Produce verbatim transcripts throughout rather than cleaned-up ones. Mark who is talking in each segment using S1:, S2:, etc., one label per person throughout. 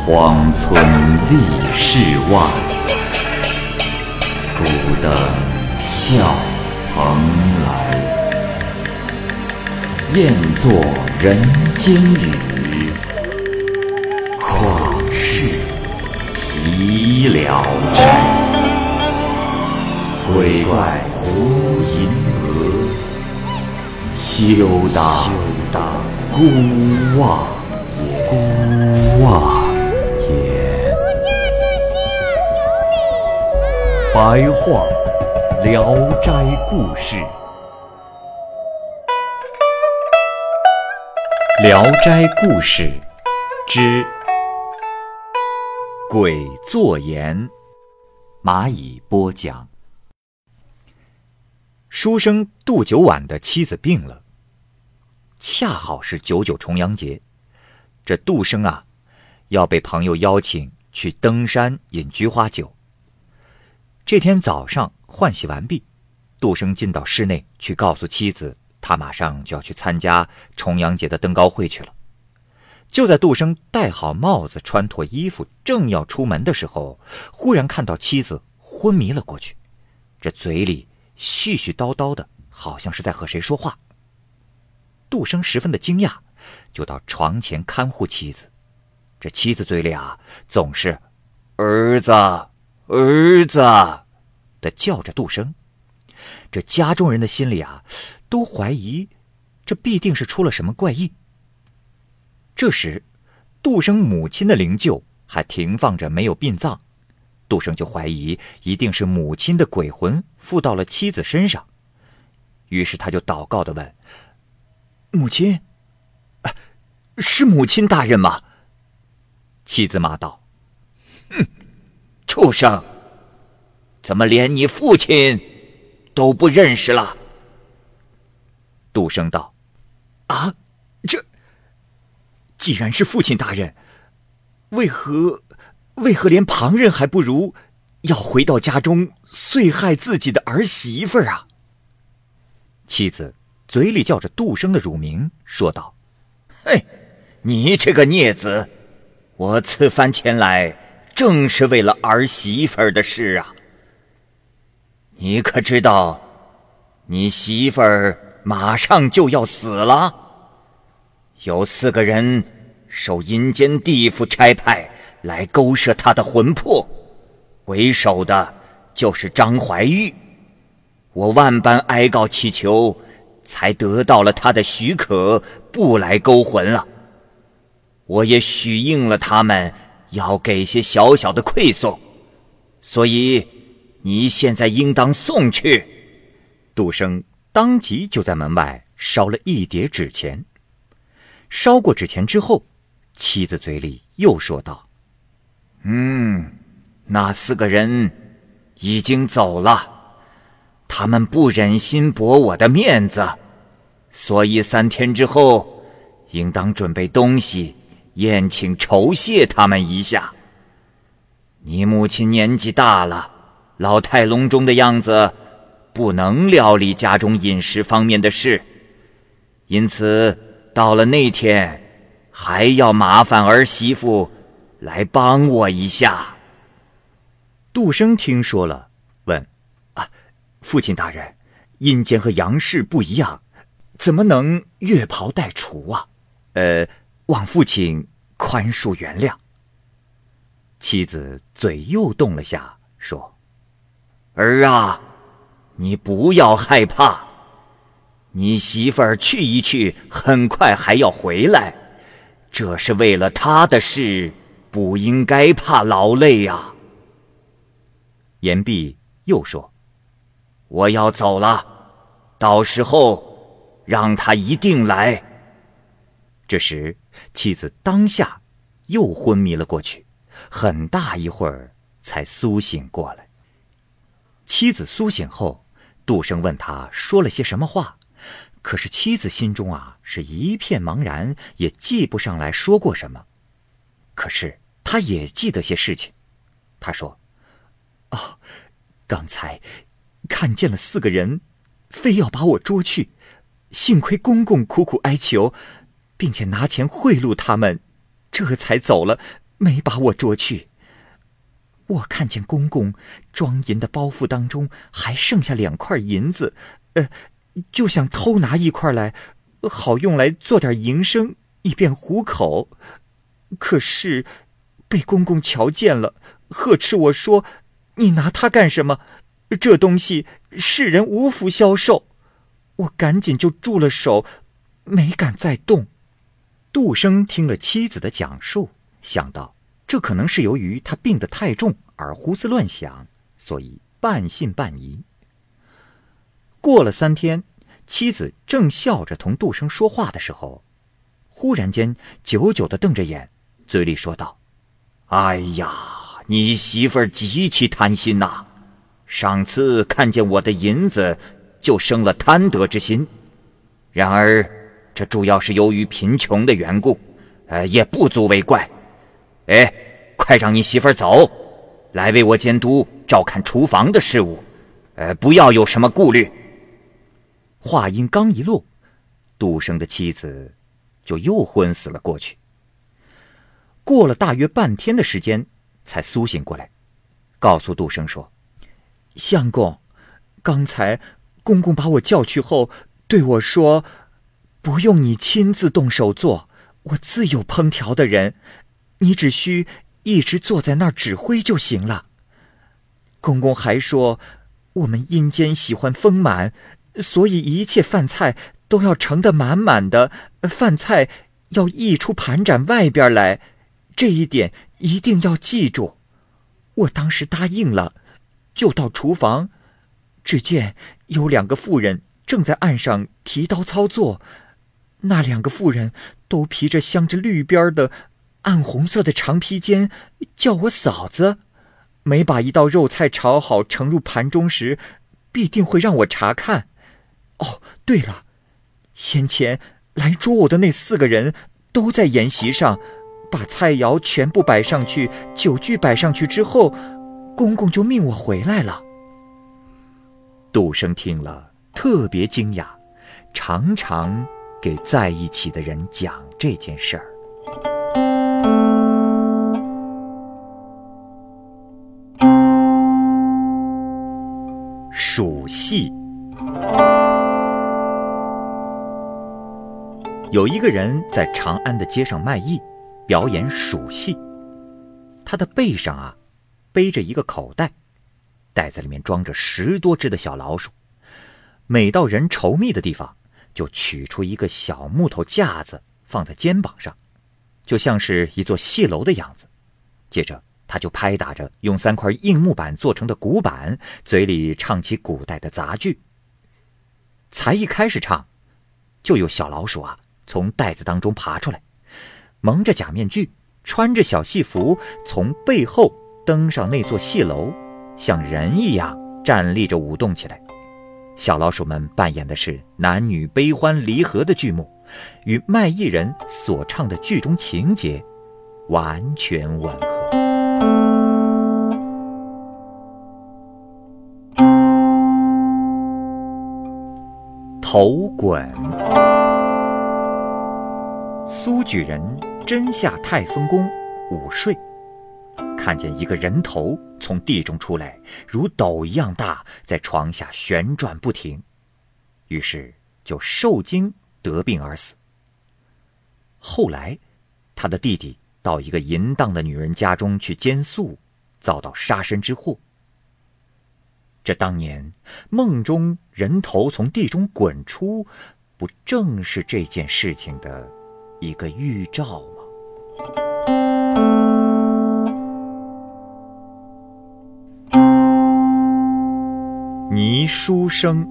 S1: 荒村立世外，孤灯笑蓬莱。雁作人间雨，旷世岂了斋。鬼怪胡银娥，休当孤望也。孤望也。
S2: 白话《聊斋故事》。《聊斋故事》之鬼作言，蚂蚁播讲。书生杜九碗的妻子病了，恰好是九九重阳节，这杜生啊，要被朋友邀请去登山饮菊花酒。这天早上换洗完毕，杜生进到室内去告诉妻子，他马上就要去参加重阳节的登高会去了。就在杜生戴好帽子穿脱衣服正要出门的时候，忽然看到妻子昏迷了过去，这嘴里絮絮叨叨的，好像是在和谁说话。杜生十分的惊讶，就到床前看护妻子。这妻子嘴里啊，总是儿子儿子的叫着杜生。这家中人的心里啊，都怀疑这必定是出了什么怪异。这时杜生母亲的灵柩还停放着没有殡葬，杜生就怀疑一定是母亲的鬼魂附到了妻子身上。于是他就祷告地问：母亲，是母亲大人吗？妻子骂道：
S3: 哼，畜生，怎么连你父亲都不认识了？
S2: 杜生道：啊，这既然是父亲大人，为何为何连旁人还不如，要回到家中遂害自己的儿媳妇啊？妻子嘴里叫着杜生的乳名，说道：
S3: 嘿，你这个孽子，我此番前来正是为了儿媳妇的事啊。你可知道你媳妇儿马上就要死了？有四个人受阴间地府差派来勾摄她的魂魄，为首的就是张怀玉。我万般哀告祈求，才得到了他的许可，不来勾魂了。我也许应了他们要给些小小的馈送，所以你现在应当送去。
S2: 杜生当即就在门外烧了一叠纸钱。烧过纸钱之后，妻子嘴里又说道：
S3: 嗯，那四个人已经走了，他们不忍心驳我的面子，所以三天之后应当准备东西宴请酬谢他们一下。你母亲年纪大了，老态龙钟的样子，不能料理家中饮食方面的事，因此到了那天还要麻烦儿媳妇来帮我一下。
S2: 杜生听说了，问：啊，父亲大人，阴间和阳世不一样，怎么能越袍代除啊？呃，望父亲宽恕原谅。妻子嘴又动了下，说：
S3: 儿啊，你不要害怕，你媳妇儿去一去，很快还要回来，这是为了她的事，不应该怕劳累啊。
S2: 言毕又说：
S3: 我要走了，到时候让她一定来。
S2: 这时妻子当下又昏迷了过去，很大一会儿才苏醒过来。妻子苏醒后，杜生问他说了些什么话，可是妻子心中啊是一片茫然，也记不上来说过什么。可是他也记得些事情。他说：哦，刚才看见了四个人，非要把我捉去，幸亏公公苦苦哀求，并且拿钱贿赂他们，这才走了， 没把我捉去。我看见公公装银的包袱当中还剩下两块银子，呃，就想偷拿一块来，好用来做点营生，以便糊口。可是被公公瞧见了，呵斥我说：“你拿它干什么？这东西世人无福消受。”我赶紧就住了手，没敢再动。杜生听了妻子的讲述，想到这可能是由于他病得太重而胡思乱想，所以半信半疑。过了三天，妻子正笑着同杜生说话的时候，忽然间久久地瞪着眼，嘴里说道：“
S3: 哎呀，你媳妇儿极其贪心呐、啊！上次看见我的银子，就生了贪得之心。然而，这主要是由于贫穷的缘故，呃，也不足为怪。哎，快让你媳妇儿走，来为我监督照看厨房的事务，呃，不要有什么顾虑。”
S2: 话音刚一落，杜生的妻子就又昏死了过去。过了大约半天的时间，才苏醒过来，告诉杜生说：“相公，刚才公公把我叫去后，对我说，不用你亲自动手做，我自有烹调的人，你只需一直坐在那儿指挥就行了。公公还说，我们阴间喜欢丰满，所以一切饭菜都要盛得满满的，饭菜要溢出盘盏外边来，这一点一定要记住。”我当时答应了，就到厨房，只见有两个妇人正在岸上提刀操作，那两个妇人都披着镶着绿边的暗红色的长披肩，叫我嫂子。每把一道肉菜炒好盛入盘中时，必定会让我查看。哦，对了，先前来捉我的那四个人都在筵席上，把菜肴全部摆上去，酒具摆上去之后，公公就命我回来了。杜生听了特别惊讶，常常给在一起的人讲这件事儿。数戏。有一个人在长安的街上卖艺，表演数戏。他的背上啊，背着一个口袋，袋子里面装着十多只的小老鼠。每到人稠密的地方，就取出一个小木头架子放在肩膀上，就像是一座戏楼的样子。接着他就拍打着用三块硬木板做成的鼓板，嘴里唱起古代的杂剧。才一开始唱，就有小老鼠啊从袋子当中爬出来，蒙着假面具，穿着小戏服，从背后登上那座戏楼，像人一样站立着舞动起来。小老鼠们扮演的是男女悲欢离合的剧目，与卖艺人所唱的剧中情节完全吻合。头滚。苏举人真下太丰宫午睡，看见一个人头从地中出来，如斗一样大，在床下旋转不停，于是就受惊得病而死。后来他的弟弟到一个淫荡的女人家中去监宿，遭到杀身之祸。这当年梦中人头从地中滚出，不正是这件事情的一个预兆吗？倪书生。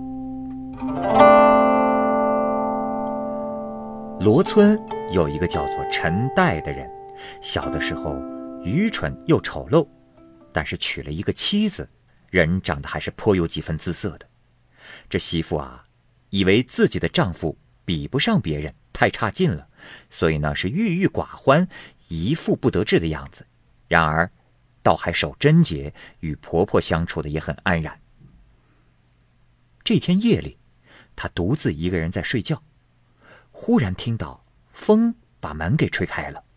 S2: 罗村有一个叫做陈岱的人，小的时候愚蠢又丑陋，但是娶了一个妻子，人长得还是颇有几分姿色的。这媳妇啊，以为自己的丈夫比不上别人，太差劲了，所以呢是郁郁寡欢，一副不得志的样子。然而倒还守贞洁，与婆婆相处的也很安然。这天夜里，她独自一个人在睡觉，忽然听到风把门给吹开了，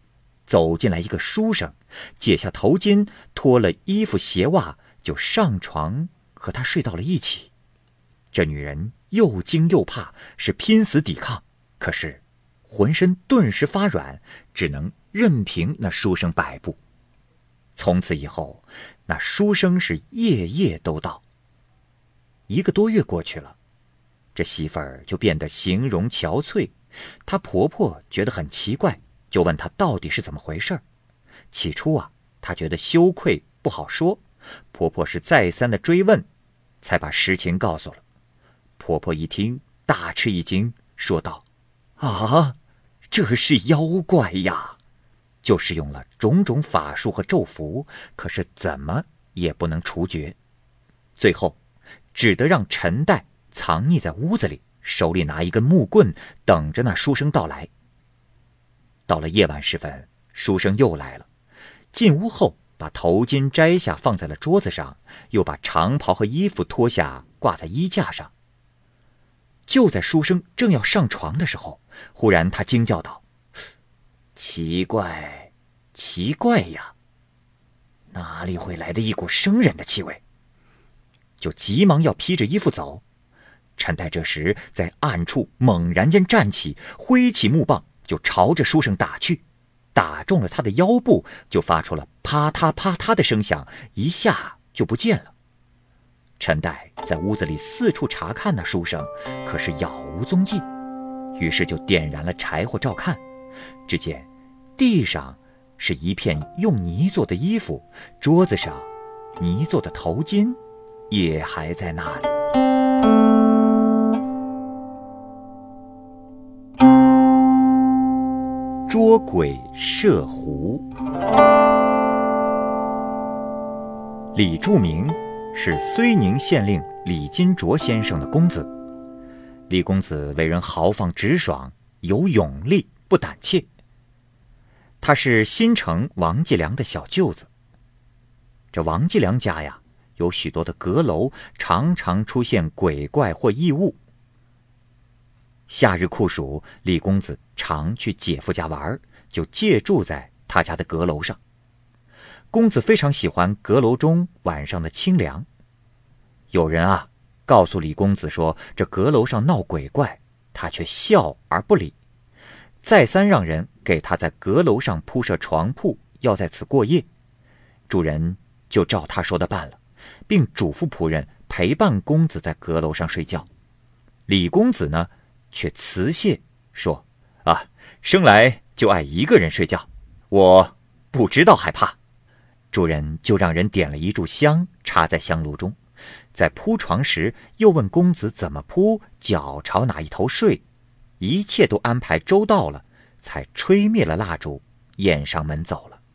S2: 走进来一个书生，解下头巾，脱了衣服鞋袜，就上床和他睡到了一起。这女人又惊又怕，是拼死抵抗，可是浑身顿时发软，只能任凭那书生摆布。从此以后，那书生是夜夜都到。一个多月过去了，这媳妇儿就变得形容憔悴，她婆婆觉得很奇怪，就问她到底是怎么回事。起初啊，她觉得羞愧不好说，婆婆是再三的追问，才把实情告诉了。婆婆一听大吃一惊，说道：啊，这是妖怪呀！就使用了种种法术和咒符，可是怎么也不能除绝。最后只得让陈代藏匿在屋子里，手里拿一根木棍，等着那书生到来。到了夜晚时分，书生又来了，进屋后把头巾摘下放在了桌子上，又把长袍和衣服脱下挂在衣架上。就在书生正要上床的时候，忽然他惊叫道：奇怪，奇怪呀，哪里会来的一股生人的气味？就急忙要披着衣服走。陈代这时在暗处猛然间站起，挥起木棒就朝着书生打去，打中了他的腰部，就发出了啪嗒啪嗒的声响，一下就不见了。陈代在屋子里四处查看那书生，可是杳无踪迹，于是就点燃了柴火照看。只见地上是一片用泥做的衣服，桌子上泥做的头巾也还在那里。捉鬼摄狐。李柱铭是睢宁县令李金卓先生的公子。李公子为人豪放直爽，有勇力，不胆怯。他是新城王继良的小舅子。这王继良家呀，有许多的阁楼，常常出现鬼怪或异物。夏日酷暑，李公子常去姐夫家玩，就借住在他家的阁楼上。公子非常喜欢阁楼中晚上的清凉。有人啊告诉李公子说这阁楼上闹鬼怪，他却笑而不理，再三让人给他在阁楼上铺设床铺，要在此过夜。主人就照他说的办了，并嘱咐仆人陪伴公子在阁楼上睡觉。李公子呢却辞谢说：啊，生来就爱一个人睡觉，我不知道害怕。主人就让人点了一炷香插在香炉中，在铺床时又问公子怎么铺，脚朝哪一头睡，一切都安排周到了，才吹灭了蜡烛，掩上门走了。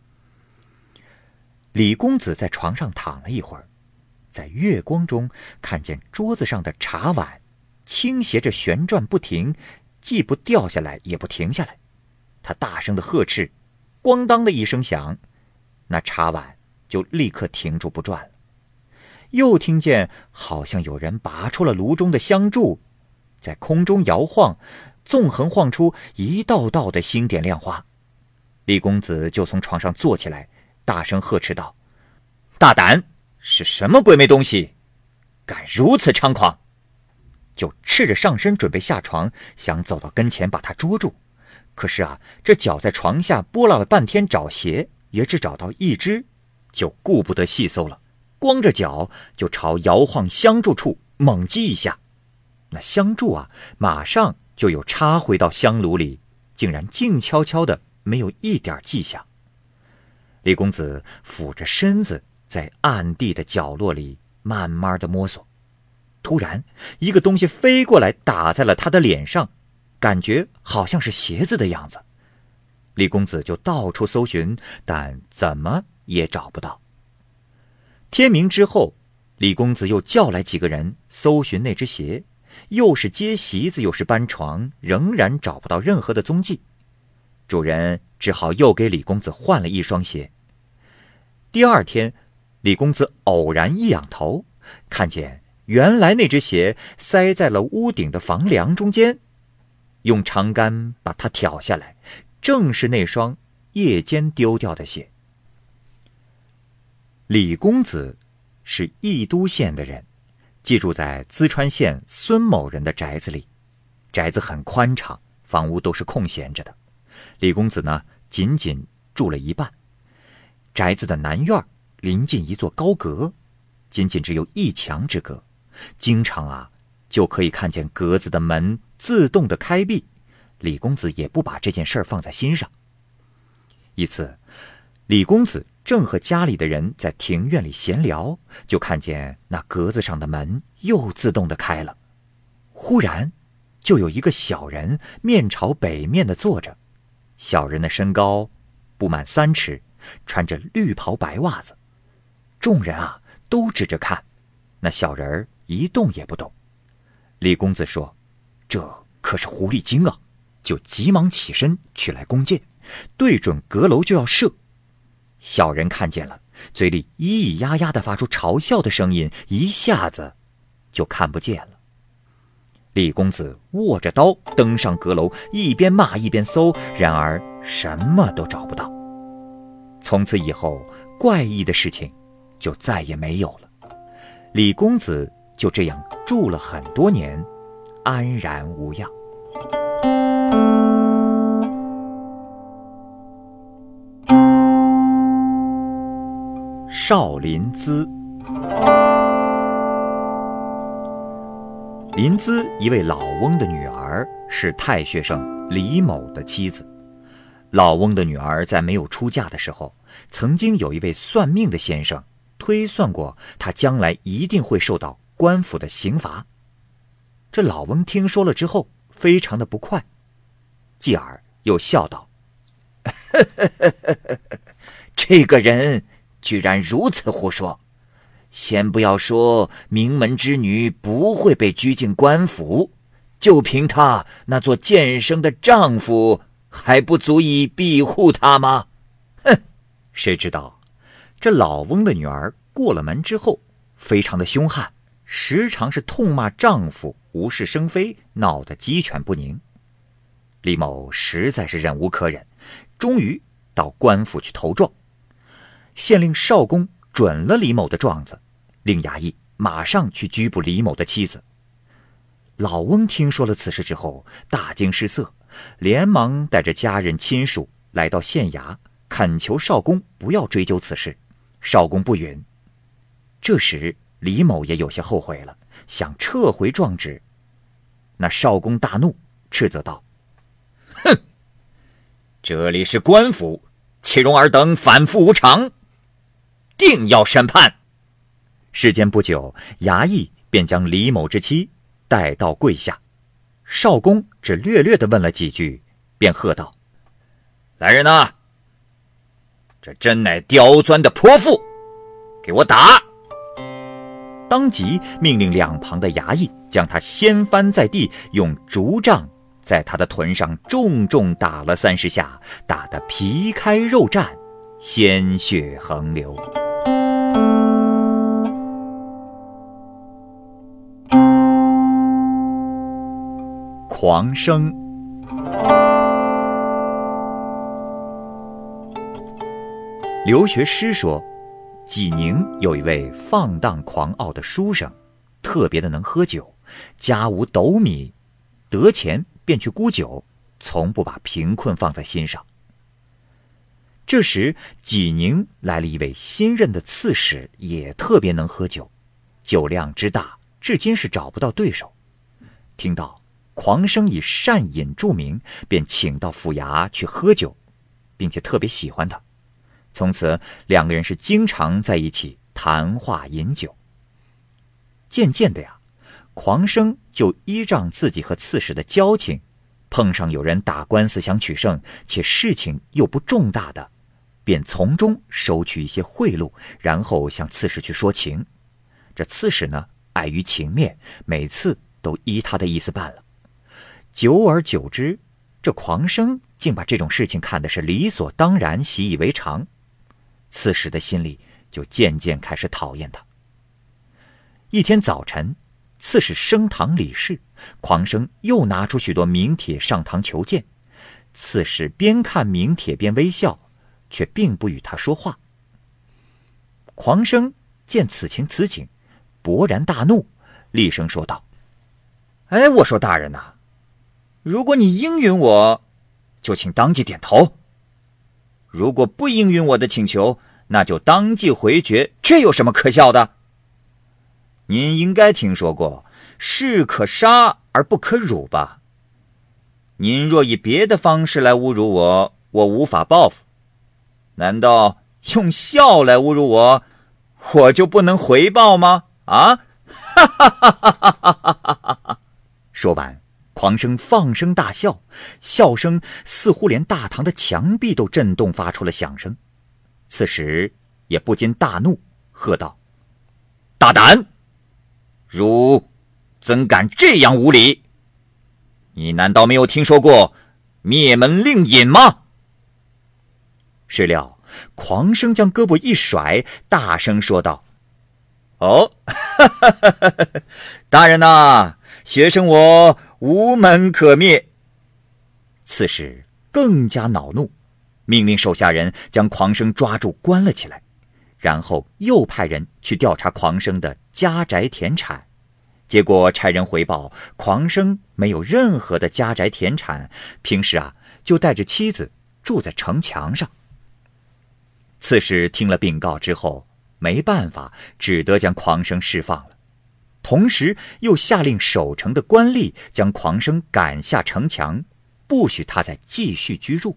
S2: 李公子在床上躺了一会儿，在月光中看见桌子上的茶碗倾斜着旋转不停，既不掉下来也不停下来。他大声的呵斥，咣当的一声响，那茶碗就立刻停住不转了。又听见好像有人拔出了炉中的香柱，在空中摇晃，纵横晃出一道道的星点亮花。李公子就从床上坐起来，大声呵斥道：大胆，是什么鬼魅东西，敢如此猖狂！就赤着上身准备下床，想走到跟前把他捉住。可是啊，这脚在床下拨拉了半天找鞋，也只找到一只，就顾不得细搜了，光着脚就朝摇晃香柱处猛击一下。那香柱啊，马上就有插回到香炉里，竟然静悄悄的，没有一点迹象。李公子俯着身子在暗地的角落里慢慢的摸索，突然一个东西飞过来打在了他的脸上，感觉好像是鞋子的样子。李公子就到处搜寻，但怎么也找不到。天明之后，李公子又叫来几个人搜寻那只鞋，又是接席子又是搬床，仍然找不到任何的踪迹。主人只好又给李公子换了一双鞋。第二天，李公子偶然一仰头，看见原来那只鞋塞在了屋顶的房梁中间，用长杆把它挑下来，正是那双夜间丢掉的血。李公子是益都县的人，寄住在淄川县孙某人的宅子里。宅子很宽敞，房屋都是空闲着的。李公子呢，仅仅住了一半。宅子的南院临近一座高阁，仅仅只有一墙之隔，经常啊就可以看见阁子的门自动的开闭。李公子也不把这件事儿放在心上。一次，李公子正和家里的人在庭院里闲聊，就看见那格子上的门又自动的开了。忽然就有一个小人面朝北面的坐着，小人的身高不满三尺，穿着绿袍白袜子。众人啊都指着看，那小人一动也不动。李公子说：“这可是狐狸精啊！”就急忙起身取来弓箭，对准阁楼就要射。小人看见了，嘴里咿咿呀呀地发出嘲笑的声音，一下子就看不见了。李公子握着刀登上阁楼，一边骂一边搜，然而什么都找不到。从此以后，怪异的事情就再也没有了。李公子就这样住了很多年，安然无恙。少林滋。临淄一位老翁的女儿是太学生李某的妻子。老翁的女儿在没有出嫁的时候，曾经有一位算命的先生推算过她将来一定会受到官府的刑罚。这老翁听说了之后非常的不快，继而又笑道：
S3: 这个人居然如此胡说！先不要说名门之女不会被拘进官府，就凭她那做监生的丈夫，还不足以庇护她吗？哼！
S2: 谁知道这老翁的女儿过了门之后非常的凶悍，时常是痛骂丈夫无事生非，闹得鸡犬不宁。李某实在是忍无可忍，终于到官府去投状。县令少公准了李某的状子，令衙役马上去拘捕李某的妻子。老翁听说了此事之后大惊失色，连忙带着家人亲属来到县衙，恳求少公不要追究此事。少公不允。这时李某也有些后悔了，想撤回状纸。那少公大怒，斥责道：
S3: 哼！这里是官府，岂容尔等反复无常，定要审判。
S2: 时间不久，衙役便将李某之妻带到柜下。少公只略略地问了几句，便喝道：
S3: 来人啊！这真乃刁钻的泼妇，给我打！
S2: 当即命令两旁的衙役将他掀翻在地，用竹杖在他的臀上重重打了三十下，打得皮开肉绽，鲜血横流。狂生。留学师说，济宁有一位放荡狂傲的书生，特别的能喝酒，家无斗米，得钱便去沽酒，从不把贫困放在心上。这时济宁来了一位新任的刺史，也特别能喝酒，酒量之大，至今是找不到对手。听到狂生以善饮著名，便请到府衙去喝酒，并且特别喜欢他。从此两个人是经常在一起谈话饮酒。渐渐的呀，狂生就依仗自己和刺史的交情，碰上有人打官司想取胜，且事情又不重大的，便从中收取一些贿赂，然后向刺史去说情。这刺史呢，碍于情面，每次都依他的意思办了。久而久之，这狂生竟把这种事情看的是理所当然，习以为常。刺史的心里就渐渐开始讨厌他。一天早晨，刺史升堂理事，狂生又拿出许多名帖上堂求见。 刺史边看明铁边微笑，却并不与他说话。狂生见此情此景，勃然大怒，厉声说道：哎，我说大人呐、啊，如果你应允我，就请当即点头；如果不应允我的请求，那就当即回绝，这有什么可笑的？您应该听说过士可杀而不可辱吧？您若以别的方式来侮辱我，我无法报复，难道用笑来侮辱我，我就不能回报吗？啊！哈哈哈哈哈哈！说完，狂生放声大笑，笑声似乎连大堂的墙壁都震动发出了响声。刺史也不禁大怒，喝道：大胆！汝怎敢这样无礼？你难道没有听说过灭门令尹吗？谁料狂生将胳膊一甩，大声说道：哦，哈哈哈哈，大人呐、啊，学生我无门可灭。刺史更加恼怒，命令手下人将狂生抓住关了起来，然后又派人去调查狂生的家宅田产。结果差人回报，狂生没有任何的家宅田产，平时啊就带着妻子住在城墙上。刺史听了禀告之后，没办法，只得将狂生释放了，同时又下令守城的官吏将狂生赶下城墙，不许他再继续居住。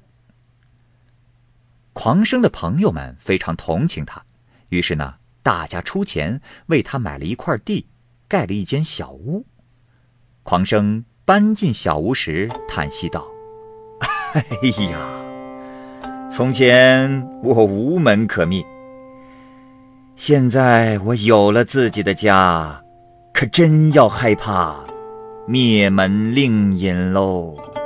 S2: 狂生的朋友们非常同情他，于是呢，大家出钱为他买了一块地，盖了一间小屋。狂生搬进小屋时叹息道：哎呀，从前我无门可灭，现在我有了自己的家，可真要害怕灭门令尹喽。